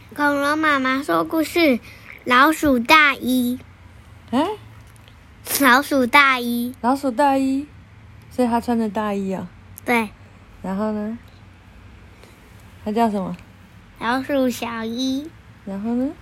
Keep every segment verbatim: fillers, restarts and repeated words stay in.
恐龙妈妈说故事：老鼠大衣。 啊？ 老鼠大衣。 老鼠大衣，所以他穿着大衣啊、哦。 对。 然后呢？它叫什么？ 老鼠小衣。 然后呢？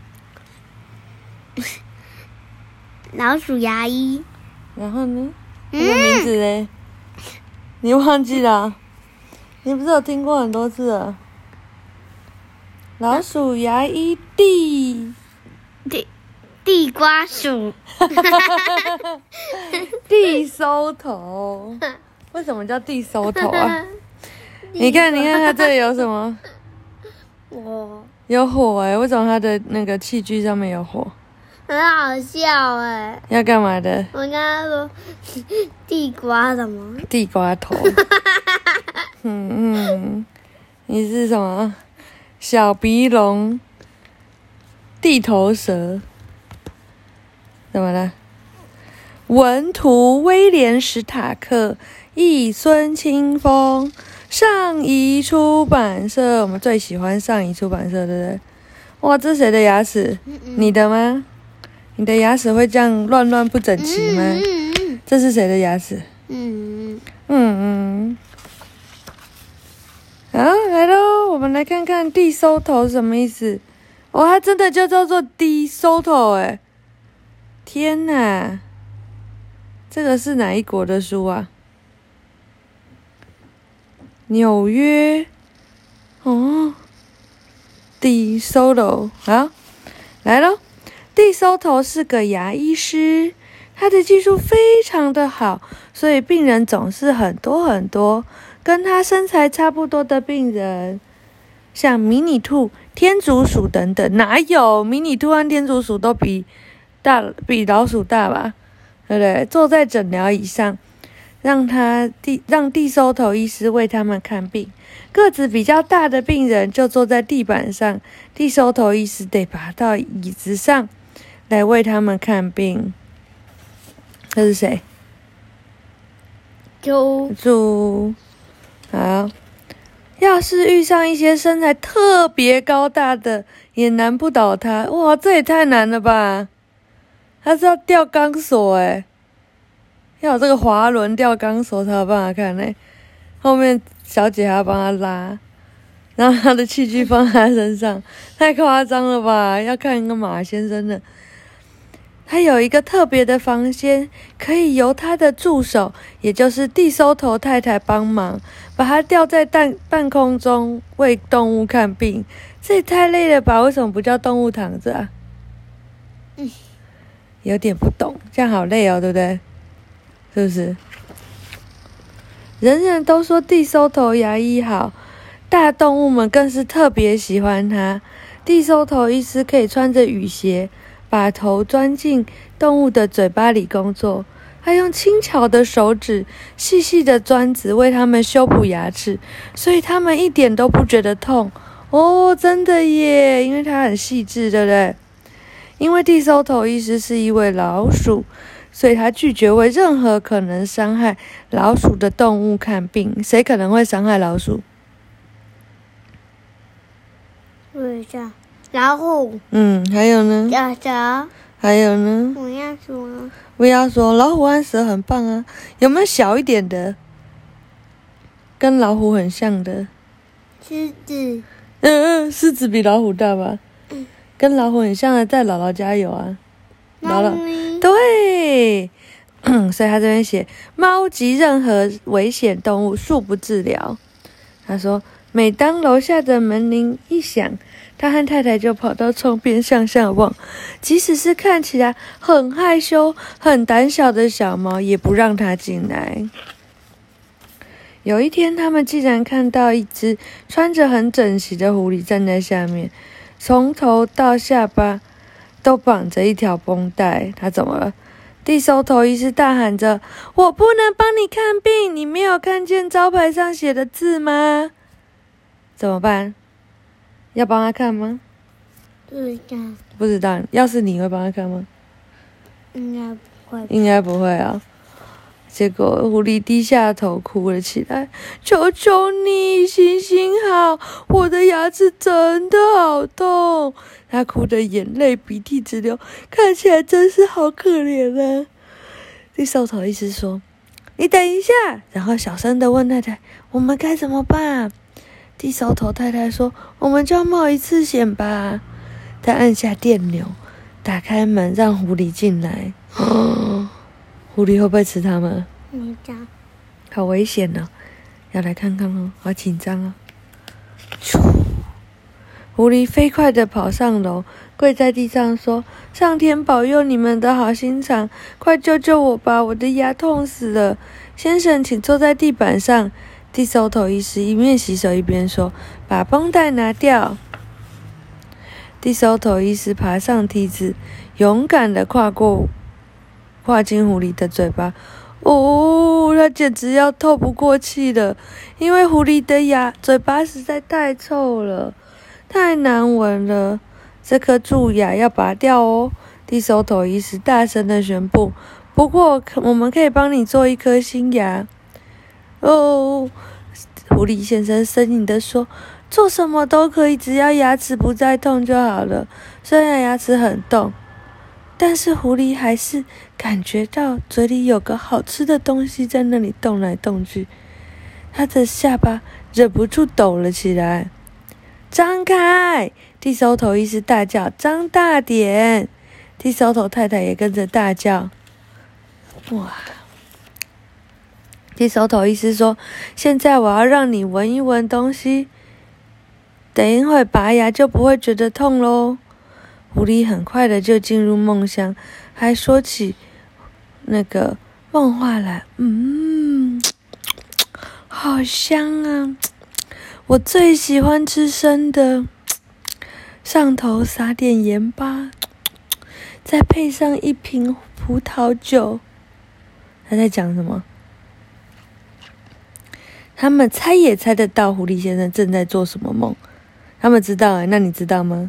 老鼠牙医。 然后呢？它的名字嘞？嗯、你忘记了？你不是有听过很多次了？老鼠牙医地地地瓜鼠， 地收头。为什么叫地收头啊？你看，你看它这里有什么？ 火。 有火哎、欸！为什么它的那个器具上面有火？ 很好笑哎、欸！ 要干嘛的？ 我刚刚说地瓜什么？ 地瓜头。嗯嗯，你是什么？小鼻龙，地头蛇。怎么了？文图威廉史塔克，译孙清风，上仪出版社。我们最喜欢上仪出版社，对不对？哇，这是谁的牙齿？嗯嗯你的吗？你的牙齿会这样乱乱不整齐吗？嗯嗯嗯这是谁的牙齿？嗯嗯嗯。好，来咯，我们来看看地收头什么意思。哦，它真的就叫做地收头诶。天哪，这个是哪一国的书啊？纽约。哦，地收头。好，来咯。地收头是个牙医师，他的技术非常的好，所以病人总是很多很多。跟他身材差不多的病人，像迷你兔、天竺鼠等等，哪有迷你兔和天竺鼠都比大比老鼠大吧？对不对？坐在诊疗椅上，让他地让地收头医师为他们看病。个子比较大的病人就坐在地板上，地收头医师得爬到椅子上来为他们看病。这是谁？ 猪。 猪。好，要是遇上一些身材特别高大的，也难不倒他。哇，这也太难了吧！他是要吊钢索诶，要有这个滑轮吊钢索才有办法看呢。后面小姐还要帮他拉，然后他的器具放在他身上，太夸张了吧！要看一个马先生的。他有一个特别的房间，可以由他的助手，也就是地收头太太帮忙，把他吊在半半空中为动物看病。这也太累了吧？为什么不叫动物躺着啊？嗯，有点不懂，这样好累哦，对不对？是不是？人人都说地收头牙医好，大动物们更是特别喜欢他。地收头医师可以穿着雨鞋，把头钻进动物的嘴巴里工作，他用轻巧的手指、细细的钻子为它们修补牙齿，所以它们一点都不觉得痛。哦，真的耶，因为它很细致，对不对？因为地收头医师是一位老鼠，所以他拒绝为任何可能伤害老鼠的动物看病。谁可能会伤害老鼠？ 问一下。老虎。 嗯，还有呢？ 小蛇。 还有呢？ 我要说。 不要说，老虎和蛇很棒啊。有没有小一点的，跟老虎很像的？ 狮子。 嗯嗯，狮子比老虎大吧？嗯。跟老虎很像的，在姥姥家有啊。 猫咪。 对。所以他这边写，猫及任何危险动物恕不治疗。他说，每当楼下的门铃一响，他和太太就跑到窗边向下望，即使是看起来很害羞、很胆小的小猫，也不让他进来。有一天，他们竟然看到一只穿着很整齐的狐狸站在下面，从头到下巴都绑着一条绷带。他怎么了？地收头医师大喊着：“我不能帮你看病，你没有看见招牌上写的字吗？”怎么办？要帮他看吗？ 不知道。 不知道。要是你会帮他看吗？ 应该不会。 应该不会啊、哦。 结果狐狸低下头哭了起来，求求你行行好，我的牙齿真的好痛。他哭得眼泪鼻涕直流，看起来真是好可怜啊。地手头医师说，你等一下，然后小声的问太太，我们该怎么办？地手头太太说，我们就要冒一次险吧。他按下电钮，打开门让狐狸进来。狐狸会不会吃它们？ 没知道。 好危险哦，要来看看哦，好紧张哦。狐狸飞快地跑上楼，跪在地上说，上天保佑你们的好心肠，快救救我吧，我的牙痛死了。先生请坐在地板上。地手头医师一面洗手一边说，把绷带拿掉。地手头医师爬上梯子，勇敢地跨过跨进狐狸的嘴巴。哦，他简直要透不过气了，因为狐狸的牙嘴巴实在太臭了，太难闻了。这颗蛀牙要拔掉哦，地手头医师大声地宣布。不过我们可以帮你做一颗新牙。哦，狐狸先生呻吟地说，做什么都可以，只要牙齿不再痛就好了。虽然牙齿很痛，但是狐狸还是感觉到嘴里有个好吃的东西在那里动来动去，他的下巴忍不住抖了起来。张开！地手头医师大叫，张大点！地手头太太也跟着大叫。哇！地手头医师说，现在我要让你闻一闻东西，等一会拔牙就不会觉得痛咯。狐狸很快的就进入梦乡，还说起那个梦话来。嗯，好香啊，我最喜欢吃生的，上头撒点盐巴，再配上一瓶葡萄酒。他在讲什么？他们猜也猜得到狐狸先生正在做什么梦。他们知道哎、欸，那你知道吗？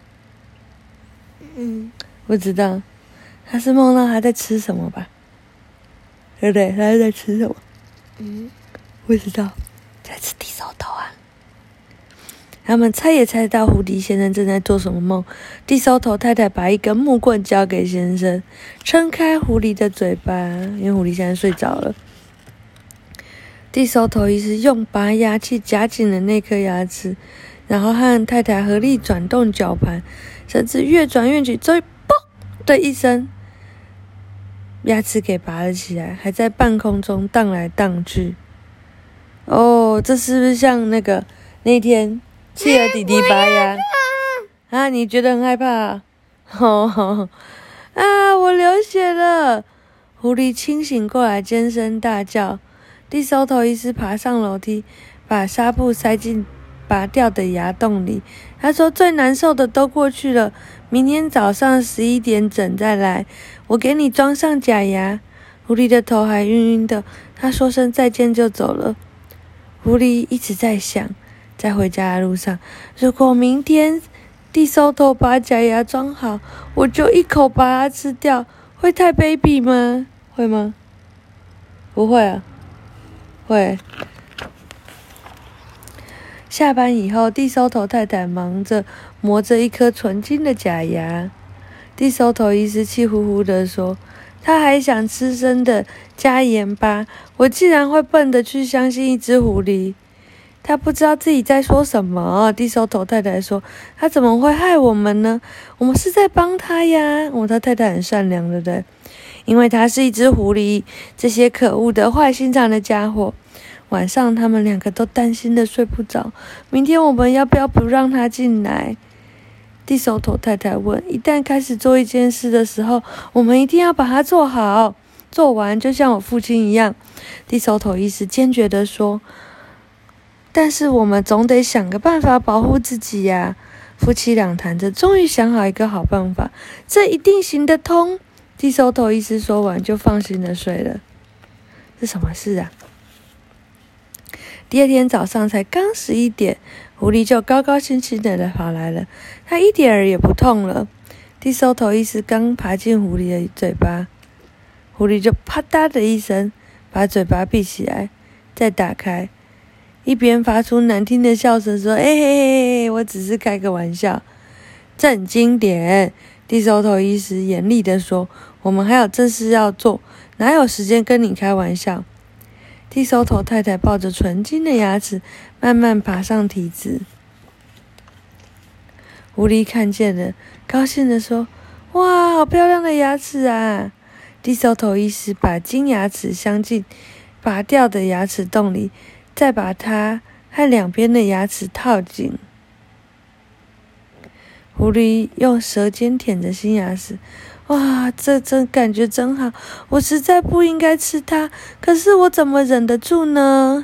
嗯， 不知道。他是梦到他在吃什么吧？对不对？他在吃什么？ 嗯， 不知道。在吃地手头啊。他们猜也猜得到狐狸先生正在做什么梦。地手头太太把一根木棍交给先生，撑开狐狸的嘴巴，因为狐狸现在睡着了。地手头医师用拔牙器夹紧了那颗牙齿，然后和太太合力转动绞盘，绳子越转越紧，终于砰的一声，牙齿给拔了起来，还在半空中荡来荡去。哦，这是不是像那个那天企鹅弟弟拔牙啊？你觉得很害怕啊？哦，啊，我流血了！狐狸清醒过来，尖声大叫。地手头医师爬上楼梯，把纱布塞进拔掉的牙洞里。他说，最难受的都过去了，明天早上十一点整再来，我给你装上假牙。狐狸的头还晕晕的，他说声再见就走了。狐狸一直在想，在回家的路上，如果明天地手头把假牙装好，我就一口把它吃掉，会太卑鄙吗？会吗？不会啊。会。下班以后，地手头太太忙着磨着一颗纯金的假牙。地手头医师气呼呼地说，他还想吃生的加盐巴，我竟然会笨得去相信一只狐狸。他不知道自己在说什么。地手头太太说，他怎么会害我们呢？我们是在帮他呀。我、哦、他太太很善良的，对，因为他是一只狐狸。这些可恶的坏心肠的家伙。晚上他们两个都担心的睡不着。明天我们要不要不让他进来？地手头太太问。一旦开始做一件事的时候，我们一定要把它做好，做完，就像我父亲一样。地手头医师坚决地说。但是我们总得想个办法保护自己呀。夫妻俩谈着，终于想好一个好办法，这一定行得通。地手头医师说完就放心的睡了。是什么事啊？第二天早上才刚十一点，狐狸就高高兴兴的跑来了，它一点儿也不痛了。地手头医师刚爬进狐狸的嘴巴，狐狸就啪嗒的一声把嘴巴闭起来，再打开，一边发出难听的笑声说：“哎嘿嘿嘿，我只是开个玩笑。”正经点，地手头医师严厉地说：“我们还有正事要做，哪有时间跟你开玩笑？”地手头太太抱着纯金的牙齿，慢慢爬上梯子。狐狸看见了，高兴地说：“哇，好漂亮的牙齿啊！”地手头医师把金牙齿镶进拔掉的牙齿洞里，再把它和两边的牙齿套紧。狐狸用舌尖舔着新牙齿，哇，这真感觉真好！我实在不应该吃它，可是我怎么忍得住呢？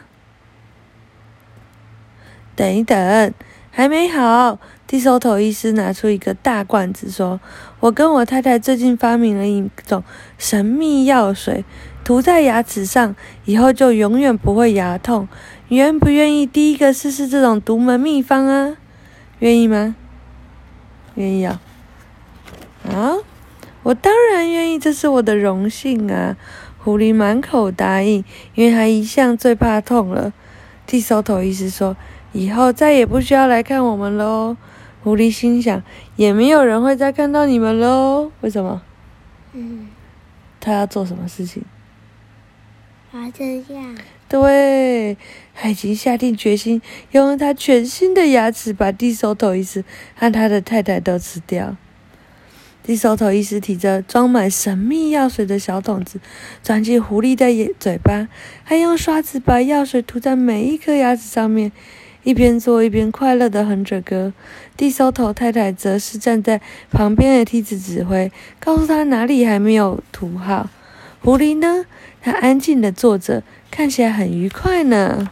等一等，还没好。地手头医师拿出一个大罐子，说：“我跟我太太最近发明了一种神秘药水，涂在牙齿上，以后就永远不会牙痛。你愿不愿意第一个试试这种独门秘方啊？愿意吗？愿意啊！啊，我当然愿意，这是我的荣幸啊！”狐狸满口答应，因为他一向最怕痛了。地手头医师说：“以后再也不需要来看我们喽。”狐狸心想，也没有人会再看到你们喽。为什么？ 嗯， 他要做什么事情？ 啊，这样。 对，他已经下定决心，要用他全新的牙齿把地手头医师和他的太太都吃掉。地手头医师提着装满神秘药水的小桶子，钻进狐狸的嘴巴，还用刷子把药水涂在每一颗牙齿上面。一边做一边快乐地哼着歌，地手头太太则是站在旁边的梯子指挥，告诉他哪里还没有涂好。狐狸呢，他安静地坐着，看起来很愉快呢。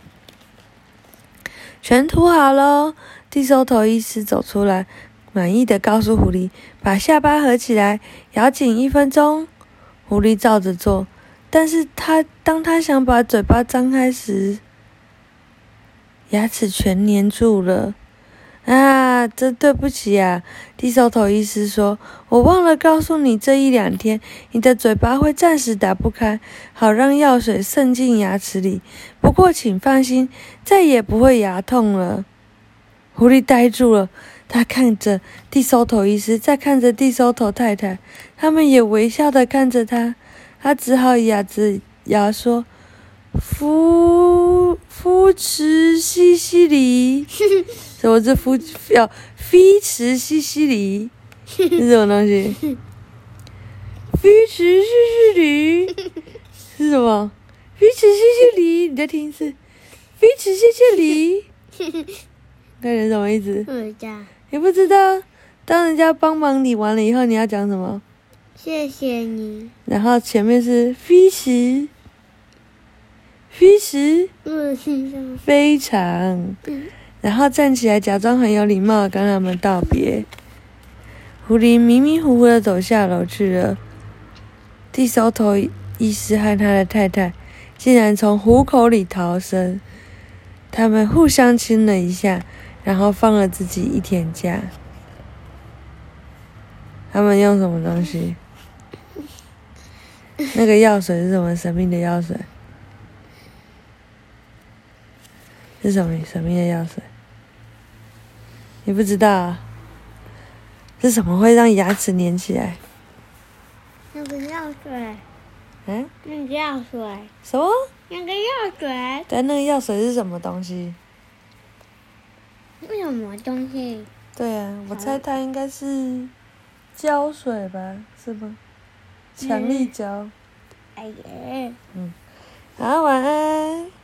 全涂好咯，地手头医师走出来，满意地告诉狐狸：“把下巴合起来，咬紧一分钟。”狐狸照着做，但是他当他想把嘴巴张开时，牙齿全粘住了。啊，真对不起啊！地手头医师说：“我忘了告诉你，这一两天你的嘴巴会暂时打不开，好让药水渗进牙齿里。不过请放心，再也不会牙痛了。”狐狸呆住了，他看着地手头医师，再看着地手头太太，他们也微笑地看着他。他只好咬着牙说：“扶扶持西西里。”什么是扶要飞驰西西里？是什么东西？飞驰西西里是什么？飞驰西西里，你再听一次。飞驰西西里，那人什么意思？ 不知道。 你不知道？当人家帮忙你完了以后，你要讲什么？ 谢谢你。 然后前面是飞驰。飞驰， 嗯，是什么？ 非常。 嗯。 然后站起来，假装很有礼貌地跟他们道别。狐狸迷迷糊糊地走下楼去了。地手头医师和他的太太竟然从虎口里逃生。他们互相亲了一下，然后放了自己一天假。他们用什么东西？那个药水是什么神秘的药水？是什么神秘的药水？你不知道啊？是什么会让牙齿粘起来？ 那个药水。 嗯？ 那个药水。 什么？ 那个药水。 对，那个药水是什么东西？ 为什么东西？ 对啊，我猜它应该是胶水吧？是吗？强力胶。 哎呀。 嗯。好，晚安。